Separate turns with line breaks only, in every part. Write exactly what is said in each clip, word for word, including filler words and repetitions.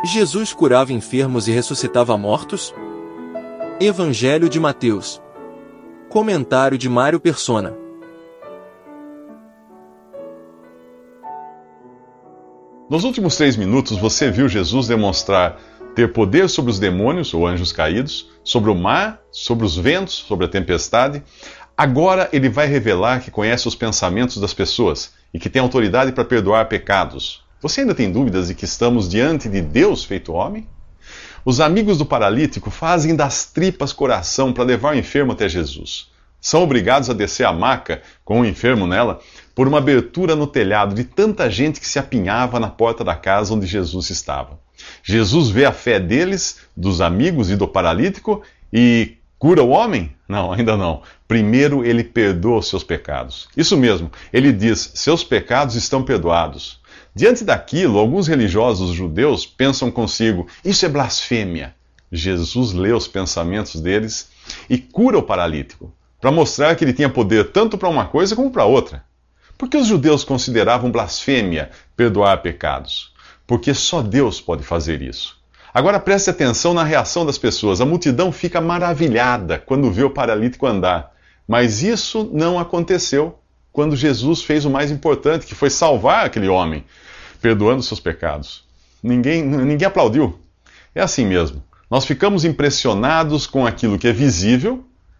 Jesus curava enfermos e ressuscitava mortos? Evangelho de Mateus. Comentário de Mário Persona.
Nos últimos três minutos, você viu Jesus demonstrar ter poder sobre os demônios, ou anjos caídos, sobre o mar, sobre os ventos, sobre a tempestade. Agora ele vai revelar que conhece os pensamentos das pessoas e que tem autoridade para perdoar pecados. Você ainda tem dúvidas de que estamos diante de Deus feito homem? Os amigos do paralítico fazem das tripas coração para levar o enfermo até Jesus. São obrigados a descer a maca com o enfermo nela por uma abertura no telhado de tanta gente que se apinhava na porta da casa onde Jesus estava. Jesus vê a fé deles, dos amigos e do paralítico e cura o homem? Não, ainda não. Primeiro ele perdoa os seus pecados. Isso mesmo, ele diz, seus pecados estão perdoados. Diante daquilo, alguns religiosos judeus pensam consigo, isso é blasfêmia. Jesus lê os pensamentos deles e cura o paralítico, para mostrar que ele tinha poder tanto para uma coisa como para outra. Por que os judeus consideravam blasfêmia perdoar pecados? Porque só Deus pode fazer isso. Agora preste atenção na reação das pessoas. A multidão fica maravilhada quando vê o paralítico andar. Mas isso não aconteceu quando Jesus fez o mais importante, que foi salvar aquele homem, perdoando seus pecados. Ninguém, ninguém aplaudiu. É assim mesmo. Nós ficamos impressionados com aquilo que é visível,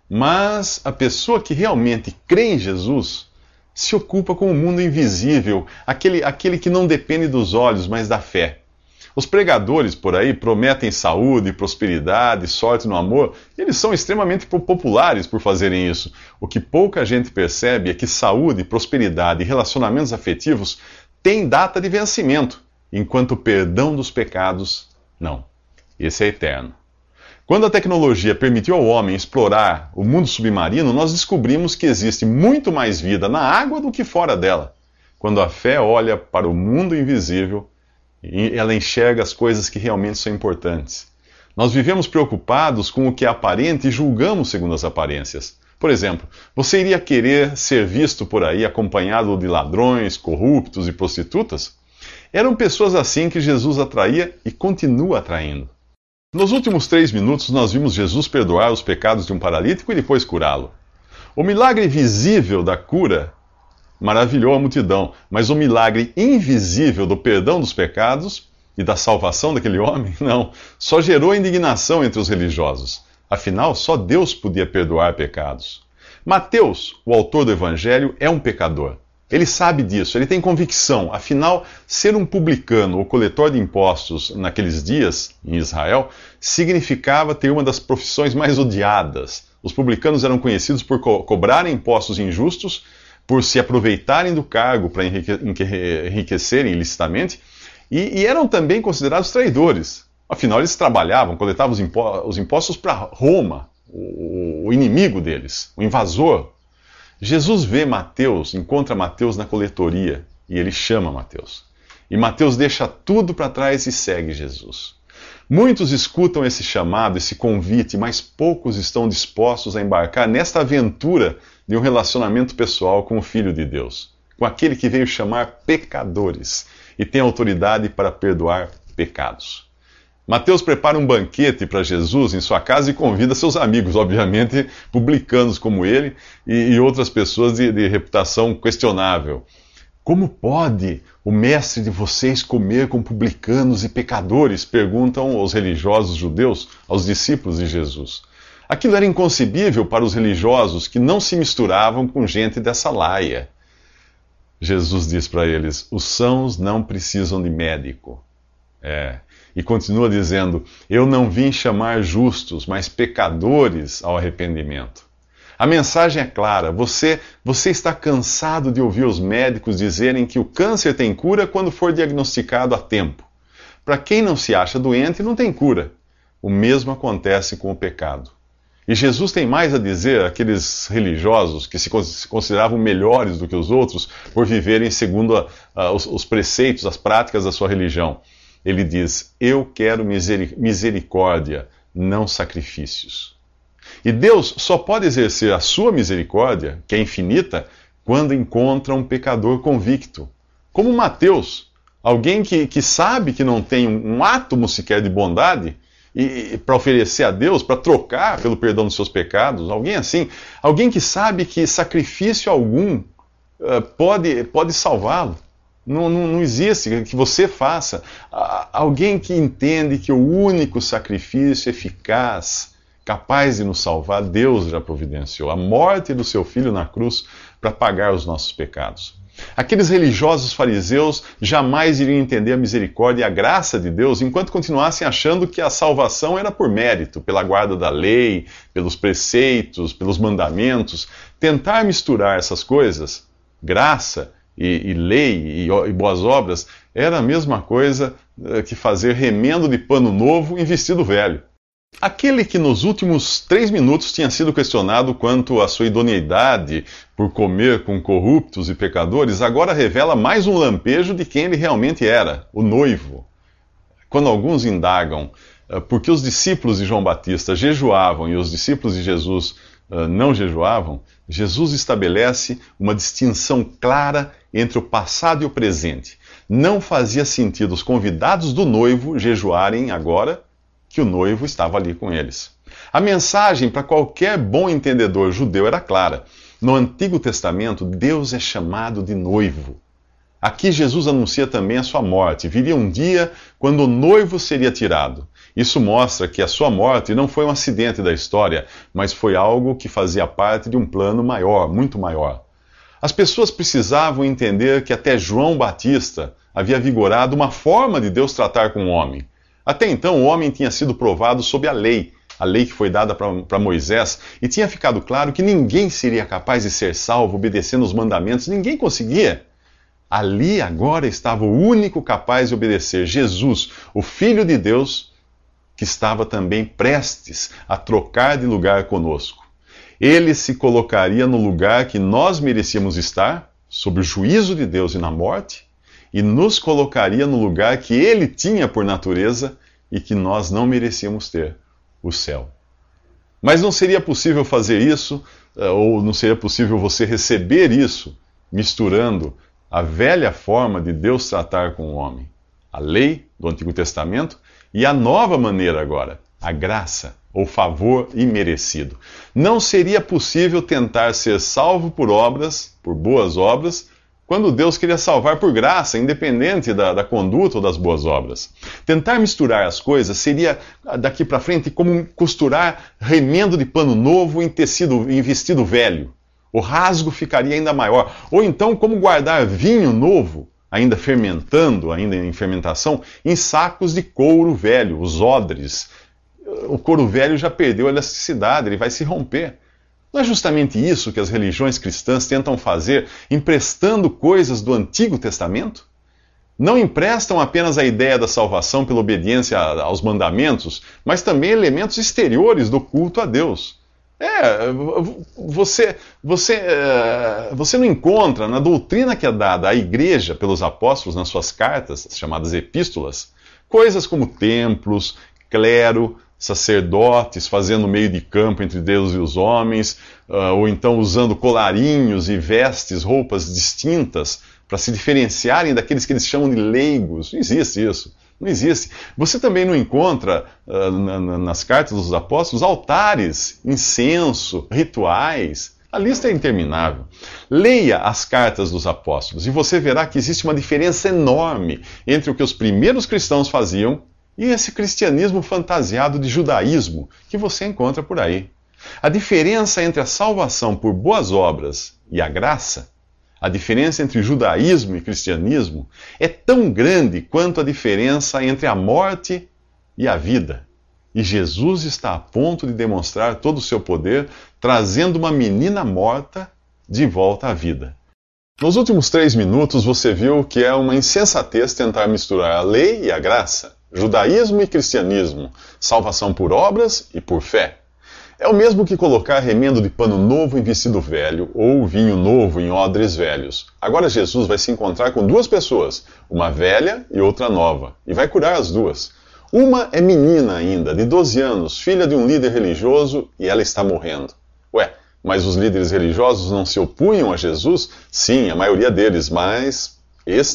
mas a pessoa que realmente crê em Jesus se ocupa com o mundo invisível, aquele, aquele que não depende dos olhos, mas da fé. Os pregadores por aí prometem saúde, prosperidade, sorte no amor, e eles são extremamente populares por fazerem isso. O que pouca gente percebe é que saúde, prosperidade e relacionamentos afetivos têm data de vencimento, enquanto o perdão dos pecados, não. Esse é eterno. Quando a tecnologia permitiu ao homem explorar o mundo submarino, nós descobrimos que existe muito mais vida na água do que fora dela. Quando a fé olha para o mundo invisível, ela enxerga as coisas que realmente são importantes. Nós vivemos preocupados com o que é aparente e julgamos segundo as aparências. Por exemplo, você iria querer ser visto por aí acompanhado de ladrões, corruptos e prostitutas? Eram pessoas assim que Jesus atraía e continua atraindo. Nos últimos três minutos, nós vimos Jesus perdoar os pecados de um paralítico e depois curá-lo. O milagre visível da cura maravilhou a multidão, mas o milagre invisível do perdão dos pecados e da salvação daquele homem, não, só gerou indignação entre os religiosos. Afinal, só Deus podia perdoar pecados. Mateus, o autor do Evangelho, é um pecador. Ele sabe disso, ele tem convicção. Afinal, ser um publicano ou coletor de impostos naqueles dias, em Israel, significava ter uma das profissões mais odiadas. Os publicanos eram conhecidos por co- cobrarem impostos injustos, por se aproveitarem do cargo para enrique- enriquecerem ilicitamente, e, e eram também considerados traidores. Afinal, eles trabalhavam, coletavam os, impo- os impostos para Roma, o, o inimigo deles, o invasor. Jesus vê Mateus, encontra Mateus na coletoria, e ele chama Mateus. E Mateus deixa tudo para trás e segue Jesus. Muitos escutam esse chamado, esse convite, mas poucos estão dispostos a embarcar nesta aventura de um relacionamento pessoal com o Filho de Deus, com aquele que veio chamar pecadores e tem autoridade para perdoar pecados. Mateus prepara um banquete para Jesus em sua casa e convida seus amigos, obviamente publicanos como ele e, e outras pessoas de, de reputação questionável. Como pode o mestre de vocês comer com publicanos e pecadores? Perguntam os religiosos judeus aos discípulos de Jesus. Aquilo era inconcebível para os religiosos que não se misturavam com gente dessa laia. Jesus diz para eles, os sãos não precisam de médico. É... E continua dizendo, eu não vim chamar justos, mas pecadores ao arrependimento. A mensagem é clara, você, você está cansado de ouvir os médicos dizerem que o câncer tem cura quando for diagnosticado a tempo. Para quem não se acha doente, não tem cura. O mesmo acontece com o pecado. E Jesus tem mais a dizer àqueles religiosos que se consideravam melhores do que os outros por viverem segundo a, a, os, os preceitos, as práticas da sua religião. Ele diz, eu quero misericórdia, não sacrifícios. E Deus só pode exercer a sua misericórdia, que é infinita, quando encontra um pecador convicto. Como Mateus, Alguém que, que sabe que não tem um, um átomo sequer de bondade e, e para oferecer a Deus, para trocar pelo perdão dos seus pecados. Alguém assim. Alguém que sabe que sacrifício algum uh, pode, pode salvá-lo. Não, não, não existe que você faça. Uh, alguém que entende que o único sacrifício eficaz, capaz de nos salvar, Deus já providenciou. A morte do seu Filho na cruz para pagar os nossos pecados. Aqueles religiosos fariseus jamais iriam entender a misericórdia e a graça de Deus enquanto continuassem achando que a salvação era por mérito, pela guarda da lei, pelos preceitos, pelos mandamentos. Tentar misturar essas coisas, graça e, e lei e, e boas obras, era a mesma coisa que fazer remendo de pano novo em vestido velho. Aquele que nos últimos três minutos tinha sido questionado quanto à sua idoneidade por comer com corruptos e pecadores, agora revela mais um lampejo de quem ele realmente era, o noivo. Quando alguns indagam uh, por que os discípulos de João Batista jejuavam e os discípulos de Jesus uh, não jejuavam, Jesus estabelece uma distinção clara entre o passado e o presente. Não fazia sentido os convidados do noivo jejuarem agora, que o noivo estava ali com eles. A mensagem para qualquer bom entendedor judeu era clara. No Antigo Testamento, Deus é chamado de noivo. Aqui Jesus anuncia também a sua morte. Viria um dia quando o noivo seria tirado. Isso mostra que a sua morte não foi um acidente da história, mas foi algo que fazia parte de um plano maior, muito maior. As pessoas precisavam entender que até João Batista havia vigorado uma forma de Deus tratar com o homem. Até então, o homem tinha sido provado sob a lei, a lei que foi dada para Moisés, e tinha ficado claro que ninguém seria capaz de ser salvo obedecendo os mandamentos, ninguém conseguia. Ali, agora, estava o único capaz de obedecer, Jesus, o Filho de Deus, que estava também prestes a trocar de lugar conosco. Ele se colocaria no lugar que nós merecíamos estar, sob o juízo de Deus e na morte, e nos colocaria no lugar que ele tinha por natureza e que nós não merecíamos ter, o céu. Mas não seria possível fazer isso, ou não seria possível você receber isso, misturando a velha forma de Deus tratar com o homem, a lei do Antigo Testamento, e a nova maneira agora, a graça, ou favor imerecido. Não seria possível tentar ser salvo por obras, por boas obras, quando Deus queria salvar por graça, independente da, da conduta ou das boas obras. Tentar misturar as coisas seria, daqui para frente, como costurar remendo de pano novo em tecido, em vestido velho. O rasgo ficaria ainda maior. Ou então, como guardar vinho novo, ainda fermentando, ainda em fermentação, em sacos de couro velho, os odres. O couro velho já perdeu a elasticidade, ele vai se romper. Não é justamente isso que as religiões cristãs tentam fazer, emprestando coisas do Antigo Testamento? Não emprestam apenas a ideia da salvação pela obediência aos mandamentos, mas também elementos exteriores do culto a Deus. É, você, você, você não encontra na doutrina que é dada à igreja pelos apóstolos nas suas cartas, as chamadas epístolas, coisas como templos, clero, sacerdotes fazendo meio de campo entre Deus e os homens, uh, ou então usando colarinhos e vestes, roupas distintas, para se diferenciarem daqueles que eles chamam de leigos. Não existe isso. Não existe. Você também não encontra uh, na, na, nas cartas dos apóstolos altares, incenso, rituais. A lista é interminável. Leia as cartas dos apóstolos e você verá que existe uma diferença enorme entre o que os primeiros cristãos faziam e esse cristianismo fantasiado de judaísmo que você encontra por aí. A diferença entre a salvação por boas obras e a graça, a diferença entre judaísmo e cristianismo, é tão grande quanto a diferença entre a morte e a vida. E Jesus está a ponto de demonstrar todo o seu poder, trazendo uma menina morta de volta à vida. Nos últimos três minutos você viu que é uma insensatez tentar misturar a lei e a graça. Judaísmo e cristianismo, salvação por obras e por fé. É o mesmo que colocar remendo de pano novo em vestido velho, ou vinho novo em odres velhos. Agora Jesus vai se encontrar com duas pessoas, uma velha e outra nova, e vai curar as duas. Uma é menina ainda, de doze anos, filha de um líder religioso, e ela está morrendo. Ué, mas os líderes religiosos não se opunham a Jesus? Sim, a maioria deles, mas este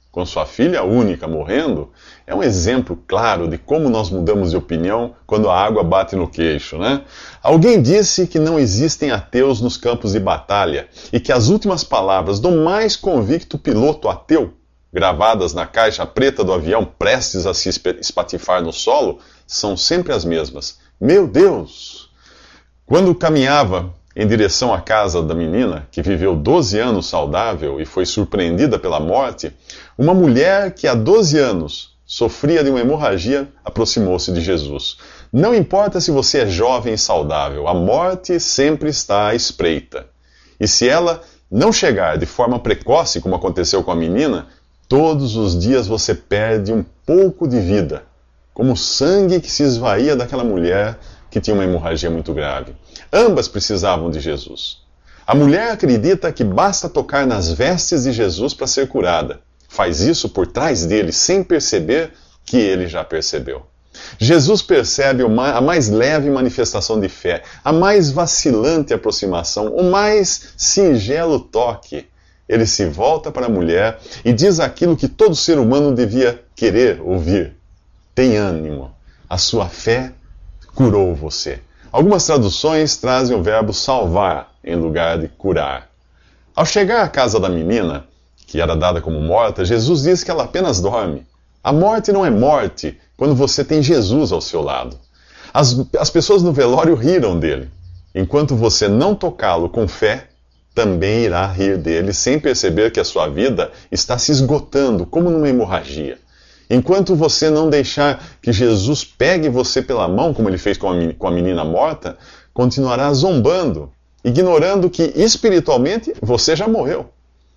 com sua filha única morrendo, é um exemplo claro de como nós mudamos de opinião quando a água bate no queixo, né? Alguém disse que não existem ateus nos campos de batalha e que as últimas palavras do mais convicto piloto ateu, gravadas na caixa preta do avião prestes a se espatifar no solo, são sempre as mesmas. Meu Deus! Quando caminhava em direção à casa da menina, que viveu doze anos saudável e foi surpreendida pela morte, uma mulher que há doze anos sofria de uma hemorragia aproximou-se de Jesus. Não importa se você é jovem e saudável, a morte sempre está à espreita. E se ela não chegar de forma precoce, como aconteceu com a menina, todos os dias você perde um pouco de vida, como o sangue que se esvaía daquela mulher que tinha uma hemorragia muito grave. Ambas precisavam de Jesus. A mulher acredita que basta tocar nas vestes de Jesus para ser curada. Faz isso por trás dele, sem perceber que ele já percebeu. Jesus percebe a mais leve manifestação de fé, a mais vacilante aproximação, o mais singelo toque. Ele se volta para a mulher e diz aquilo que todo ser humano devia querer ouvir. Tem ânimo, a sua fé curou você. Algumas traduções trazem o verbo salvar em lugar de curar. Ao chegar à casa da menina, que era dada como morta, Jesus diz que ela apenas dorme. A morte não é morte quando você tem Jesus ao seu lado. As, as pessoas no velório riram dele. Enquanto você não tocá-lo com fé, também irá rir dele sem perceber que a sua vida está se esgotando como numa hemorragia. Enquanto você não deixar que Jesus pegue você pela mão, como ele fez com a, com a menina morta, continuará zombando, ignorando que espiritualmente você já morreu.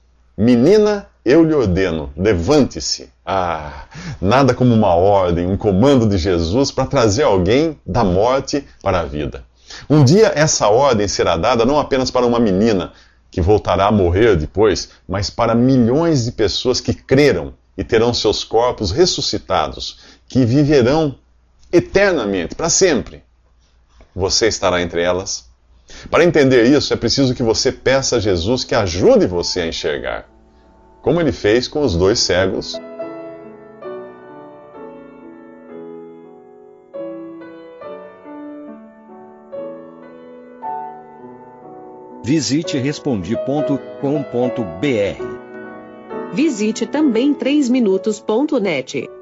Menina, eu lhe ordeno, levante-se. Ah, nada como uma ordem, um comando de Jesus para trazer alguém da morte para a vida. Um dia essa ordem será dada não apenas para uma menina, que voltará a morrer depois, mas para milhões de pessoas que creram e terão seus corpos ressuscitados, que viverão eternamente, para sempre. Você estará entre elas? Para entender isso, é preciso que você peça a Jesus que ajude você a enxergar, como ele fez com os dois cegos.
Visite respondi ponto com ponto br.
Visite também três minutos ponto net.